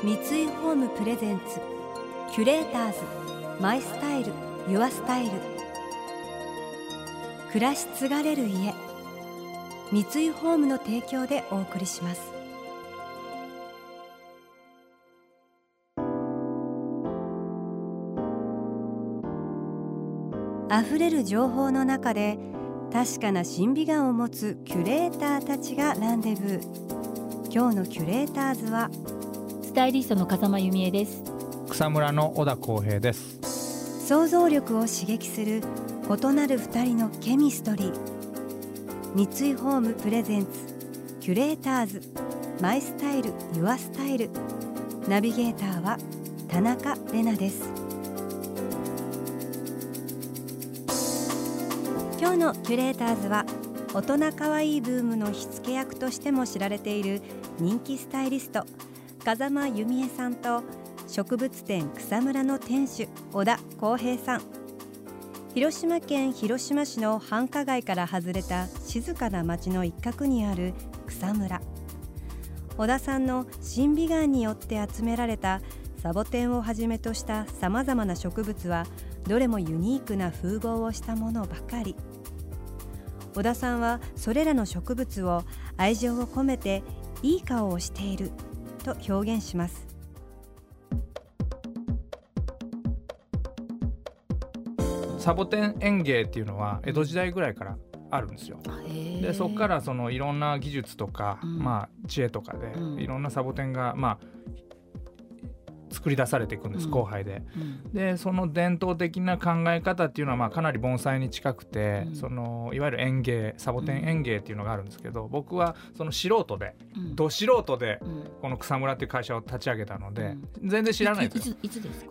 三井ホームプレゼンツキュレーターズマイスタイルユアスタイル。暮らし継がれる家、三井ホームの提供でお送りします。あふれる情報の中で確かな審美眼を持つキュレーターたちがランデブー。今日のキュレーターズはスタイリストの風間由美恵です。 草むらの小田康平です。 想像力を刺激する異なる二人のケミストリー。三井ホームプレゼンツキュレーターズマイスタイルユアスタイル。ナビゲーターは田中れなです。今日のキュレーターズは大人かわいいブームの火付け役としても知られている人気スタイリスト風間由美恵さんと植物店草むらの店主小田康平さん。広島県広島市の繁華街から外れた静かな町の一角にある草むら。小田さんの審美眼によって集められたサボテンをはじめとしたさまざまな植物はどれもユニークな風貌をしたものばかり。小田さんはそれらの植物を愛情を込めていい顔をしていると表現します。 サボテン園芸っていうのは江戸時代ぐらいからあるんですよ。でそこからそのいろんな技術とか、知恵とかでいろんなサボテンが作り出されていくんです、交配で。でその伝統的な考え方っていうのはかなり盆栽に近くて、そのいわゆる園芸サボテン園芸っていうのがあるんですけど、僕はその素人で、ど素人でこの草むらっていう会社を立ち上げたので、全然知らないですよ。 いつですか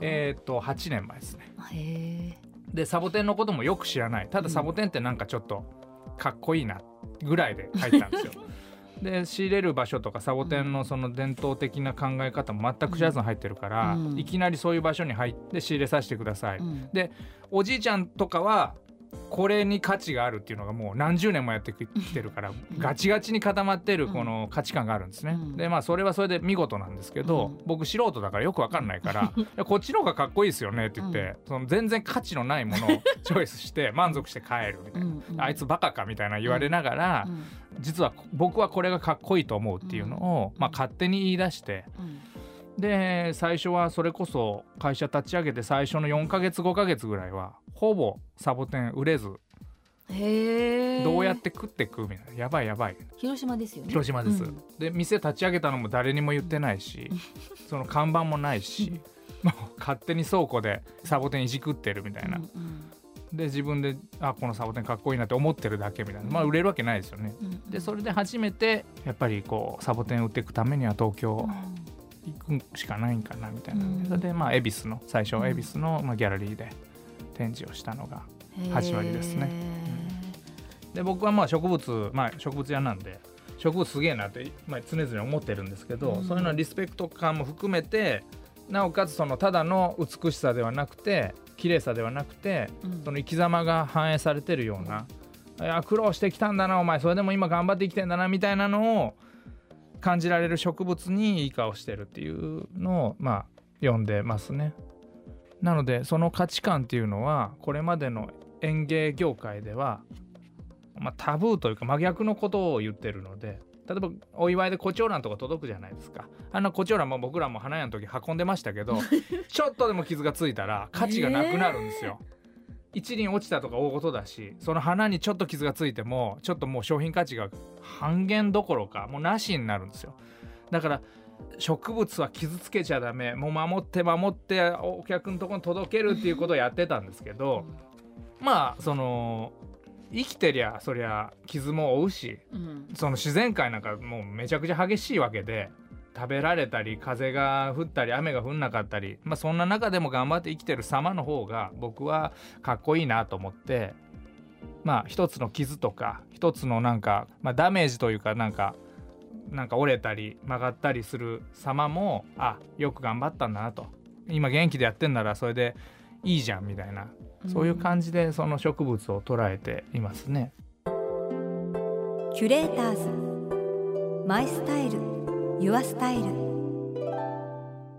？8年前ですね。 へー。 でサボテンのこともよく知らない。ただサボテンってなんかちょっとかっこいいなぐらいで入ったんですよ。で仕入れる場所とかサボテンのその伝統的な考え方も全く知らずに入ってるから、いきなりそういう場所に入って仕入れさせてください、でおじいちゃんとかはこれに価値があるっていうのがもう何十年もやってきてるからガチガチに固まってるこの価値観があるんですね、でそれはそれで見事なんですけど、僕素人だからよく分かんないからこっちの方がかっこいいですよねって言って、その全然価値のないものをチョイスして満足して帰るみたいな、あいつバカかみたいな言われながら、実は僕はこれがかっこいいと思うっていうのを、勝手に言い出して、で最初はそれこそ会社立ち上げて最初の4ヶ月5ヶ月ぐらいはほぼサボテン売れず、どうやって食ってくみたいな、やばい広島ですよね。 広島です、で店立ち上げたのも誰にも言ってないし、その看板もないし、もう勝手に倉庫でサボテンいじくってるみたいな、で自分でこのサボテンかっこいいなって思ってるだけみたいな、売れるわけないですよね、でそれで初めてやっぱりこうサボテン売っていくためには東京行くしかないんかなみたいな、それで恵比寿の最初恵比寿のギャラリーで展示をしたのが始まりですね。で僕は植物屋なんで植物すげえなって常々思ってるんですけど、そういうのはリスペクト感も含めて、なおかつそのただの美しさではなくて綺麗さではなくて、その生き様が反映されてるような、いや苦労してきたんだなお前、それでも今頑張って生きてんだなみたいなのを感じられる植物にいい顔してるっていうのを読んでますね。なのでその価値観っていうのはこれまでの園芸業界では、タブーというか真逆のことを言ってるので、例えばお祝いでコチョウランとか届くじゃないですか。コチョウランも僕らも花屋の時運んでましたけどちょっとでも傷がついたら価値がなくなるんですよ。一輪落ちたとか大事だし、その花にちょっと傷がついてもちょっともう商品価値が半減どころかもうなしになるんですよ。だから植物は傷つけちゃダメ、もう守ってお客のところに届けるっていうことをやってたんですけど、その生きてりゃそりゃ傷も負うし、その自然界なんかもうめちゃくちゃ激しいわけで、食べられたり風が降ったり雨が降んなかったり、そんな中でも頑張って生きてる様の方が僕はかっこいいなと思って、一つの傷とか一つのダメージというかなんか折れたり曲がったりする様もよく頑張ったんだなと、今元気でやってんならそれでいいじゃんみたいな、そういう感じでその植物を捉えていますね。 キュレーターズマイスタイルユアスタイル。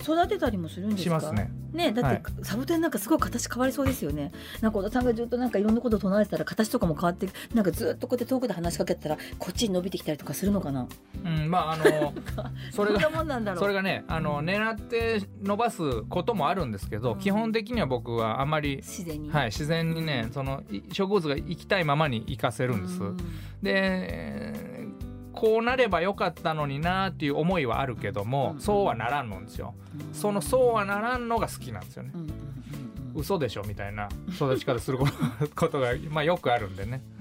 育てたりもするんですか？ しますね。 ね、だってサボテンなんかすごい形変わりそうですよね。なんか小田さんがずっとなんかいろんなことを唱えてたら形とかも変わって、なんかずっとこうやって遠くで話しかけてたらこっちに伸びてきたりとかするのかな。 まあそれがどんなもんなんだろう。 それがね狙って伸ばすこともあるんですけど、基本的には僕はあまり自然に、 自然にねその植物が生きたいままに生かせるんです。でこうなればよかったのになっていう思いはあるけども、そうはならんのんですよ。そうはならんのが好きなんですよね。嘘でしょみたいな育ち方することがまあよくあるんでね。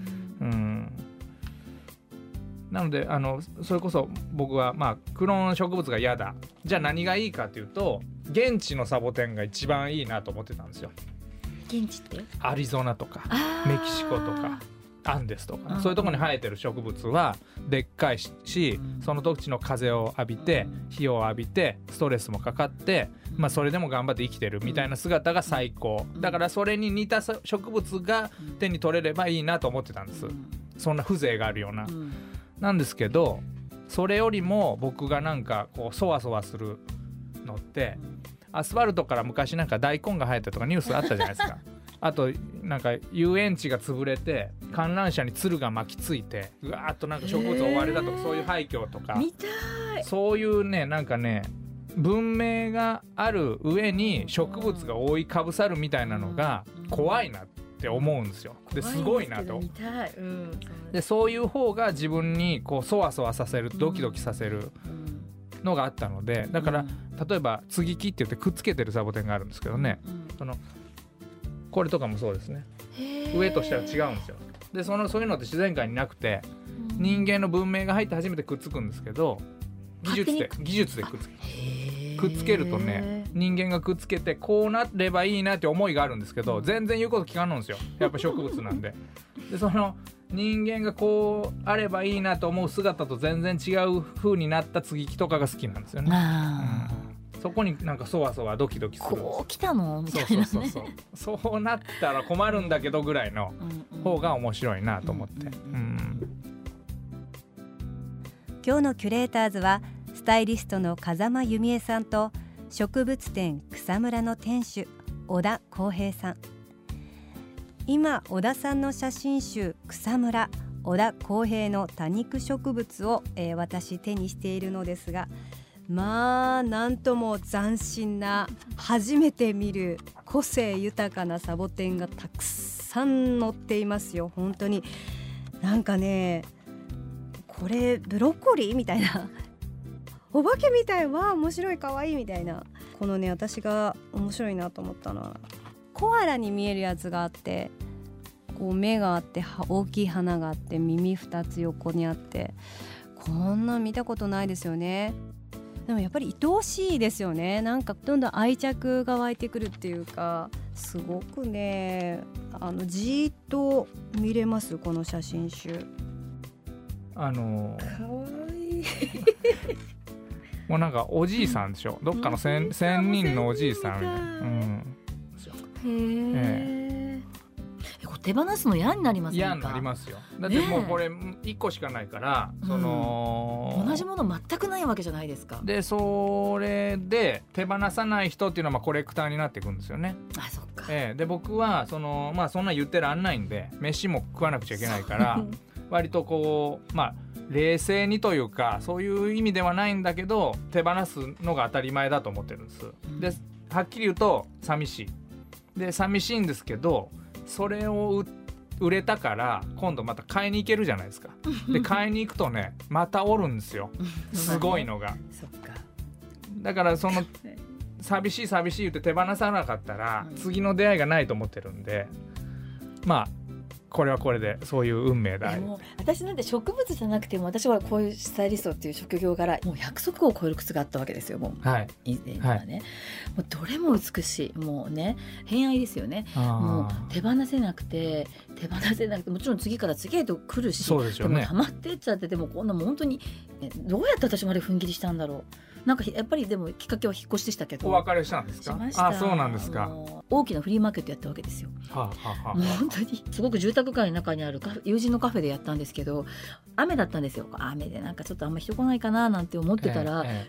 なのでそれこそ僕はまあクローン植物が嫌だ、じゃあ何がいいかというと現地のサボテンが一番いいなと思ってたんですよ。 現地ってアリゾナとかメキシコとかアンデスとか、そういうところに生えてる植物はでっかいし、その土地の風を浴びて火を浴びてストレスもかかって、まあ、それでも頑張って生きてるみたいな姿が最高だから、それに似た植物が手に取れればいいなと思ってたんです。そんな風情があるような、なんですけど、それよりも僕がなんかこうそわそわするのってアスファルトから昔なんか大根が生えたとかニュースあったじゃないですかあとなんか遊園地が潰れて観覧車に鶴が巻きついてうわーっとなんか植物追われたとか、そういう廃墟とか見たい。 そういうねなんかね文明がある上に植物が覆いかぶさるみたいなのが怖いなって思うんですよ。ですごいなと。でそういう方が自分にこうそわそわさせるドキドキさせるのがあったので、だから例えば接ぎ木って言ってくっつけてるサボテンがあるんですけどね、これとかもそうですね。上と下は違うんですよ。でそういうのって自然界になくて、人間の文明が入って初めてくっつくんですけど、技術でくっつけるとね、人間がくっつけてこうなればいいなって思いがあるんですけど、全然言うこと聞かんのんですよ。やっぱ植物なんで。でその人間がこうあればいいなと思う姿と全然違う風になった接ぎ木とかが好きなんですよね。そこになんかそわそわドキドキするんです。 こう来たのみたいなね。 そうなったら困るんだけどぐらいの方が面白いなと思って。 今日のキュレーターズはスタイリストの風間由美恵さんと植物店草むらの店主小田康平さん。今小田さんの写真集草むら小田康平の多肉植物を、私手にしているのですが、まあなんとも斬新な初めて見る個性豊かなサボテンがたくさん載っていますよ。本当になんかね、これブロッコリーみたいなお化けみたい、わ面白いかわいいみたいな。このね私が面白いなと思ったのはコアラに見えるやつがあって、こう目があって大きい鼻があって耳2つ横にあって、こんなん見たことないですよね。でもやっぱり愛おしいですよね。なんかどんどん愛着が湧いてくるっていうか、すごくねじーっと見れますこの写真集。かわいいもうなんかおじいさんでしょ、どっかの仙人のおじいさんみたいな。 手放すの嫌になりませんか？ 嫌になりますよ。だってもうこれ1個しかないから、 同じもの全くないわけじゃないですか。 でそれで手放さない人っていうのはまあコレクターになっていくんですよね。 あ、そっか。 で僕はそんな言ってらんないんで、飯も食わなくちゃいけないから割とこう冷静にというかそういう意味ではないんだけど手放すのが当たり前だと思ってるんです。ではっきり言うと寂しいんですけど、それを売れたから今度また買いに行けるじゃないですか。で買いに行くとねまたおるんですよ、すごいのが。 そっか。 だからその寂しい言って手放さなかったら次の出会いがないと思ってるんで、まあこれはこれでそういう運命だ。 も私なんて植物じゃなくても、私はこういうスタイリストっていう職業柄もう100足を超える靴があったわけですよ。もう、以前はね、もうどれも美しい、もうね偏愛ですよね。もう手放せなくてもちろん次から次へと来るし、 そうですよね。 でもハマってっちゃって、でもこんなもう本当にどうやって私まで踏ん切りしたんだろう。なんかやっぱりでもきっかけは引っ越しでしたけど。 お別れしたんですか？ しました。 そうなんですか。 大きなフリーマーケットやったわけですよ。もう本当にすごく住宅街の中にある友人のカフェでやったんですけど、雨だったんですよ。雨でなんかちょっとあんま人来ないかななんて思ってたら、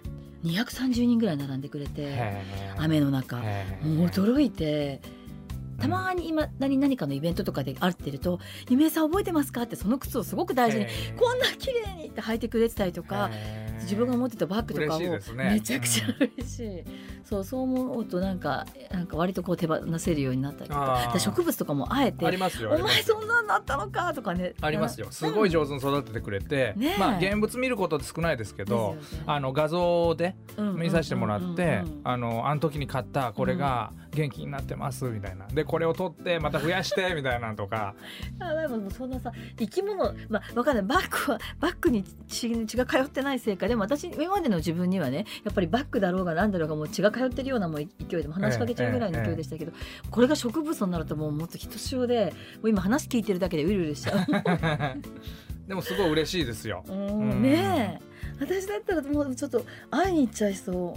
230人ぐらい並んでくれて、雨の中もう驚いて、たまに今何かのイベントとかで会ってると、ゆみえさん覚えてますかって、その靴をすごく大事にこんな綺麗にって履いてくれてたりとか、自分が持ってたバッグとかをめちゃくちゃ嬉しい。そう思うとなんか割とこう手放せるようになったりとか、植物とかもあえて、 ありますよ、 お前そんなんなったのかとかね、 ありますよ。すごい上手に育ててくれて、現物見ることって少ないですけど、画像で見させてもらって、あの時に買ったこれが元気になってますみたいな、でこれを取ってまた増やしてみたいなとかもうそんなさ、生き物、わかんない、バッグに血が通ってないせいか、でも私今までの自分にはね、やっぱりバッグだろうが何だろうがもう血が通ってるようなもう勢いでも話しかけちゃうぐらいの勢いでしたけど、これが植物になるともっとひとしおで、もう今話聞いてるだけでうるうるしちゃうでもすごい嬉しいですよ。 ねえ、私だったらもうちょっと会いに行っちゃいそう。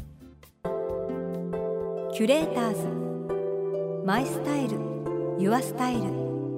キュレーターズマイスタイルユアスタイル。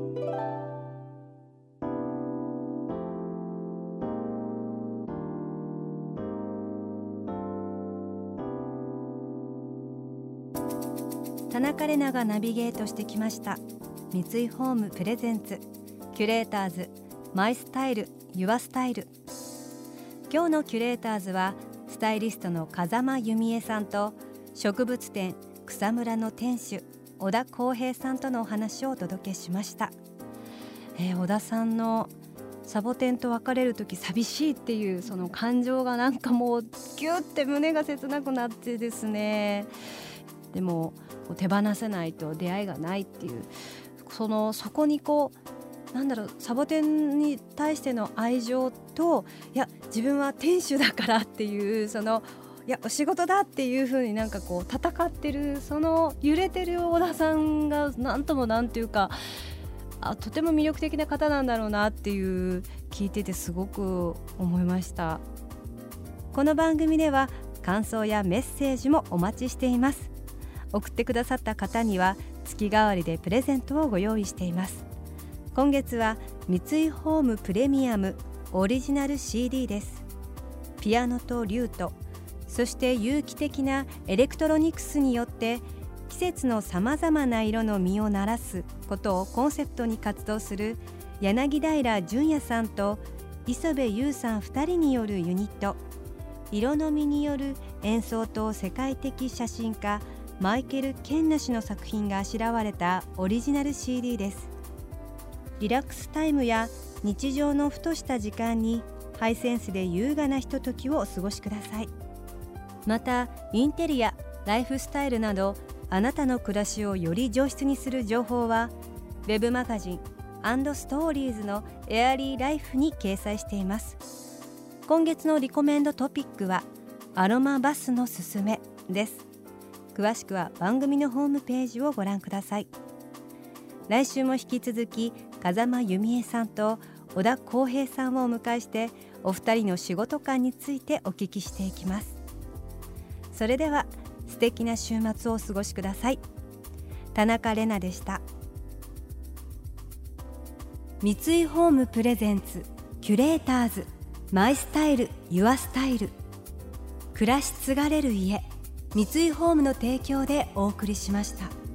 田中れながナビゲートしてきました三井ホームプレゼンツキュレーターズマイスタイルユアスタイル。今日のキュレーターズはスタイリストの風間弓恵さんと植物店草むらの店主小田康平さんとのお話をお届けしました。小田さんのサボテンと別れる時寂しいっていうその感情がなんかもうギュッて胸が切なくなってですね、でも手放せないと出会いがないっていう、そこにこうなんだろう、サボテンに対しての愛情と、いや自分は店主だからっていういやお仕事だっていう風になんかこう戦ってる、その揺れてる小田さんがなんともなんていうか、とても魅力的な方なんだろうなっていう聞いててすごく思いました。この番組では感想やメッセージもお待ちしています。送ってくださった方には月替わりでプレゼントをご用意しています。今月は三井ホームプレミアムオリジナル CD です。ピアノとリュート、そして有機的なエレクトロニクスによって季節のさまざまな色の実をならすことをコンセプトに活動する柳平純也さんと磯部優さん2人によるユニット、色の実による演奏と世界的写真家マイケル・ケンナ氏の作品があしらわれたオリジナル CD です。リラックスタイムや日常のふとした時間にハイセンスで優雅なひとときをお過ごしください。またインテリア、ライフスタイルなどあなたの暮らしをより上質にする情報はウェブマガジン&ストーリーズのエアリーライフに掲載しています。今月のリコメンドトピックはアロマバスのすすめです。詳しくは番組のホームページをご覧ください。来週も引き続き風間弓恵さんと小田康平さんをお迎えしてお二人の仕事観についてお聞きしていきます。それでは素敵な週末をお過ごしください。田中れなでした。三井ホームプレゼンツキュレーターズマイスタイルユアスタイル。暮らし継がれる家、三井ホームの提供でお送りしました。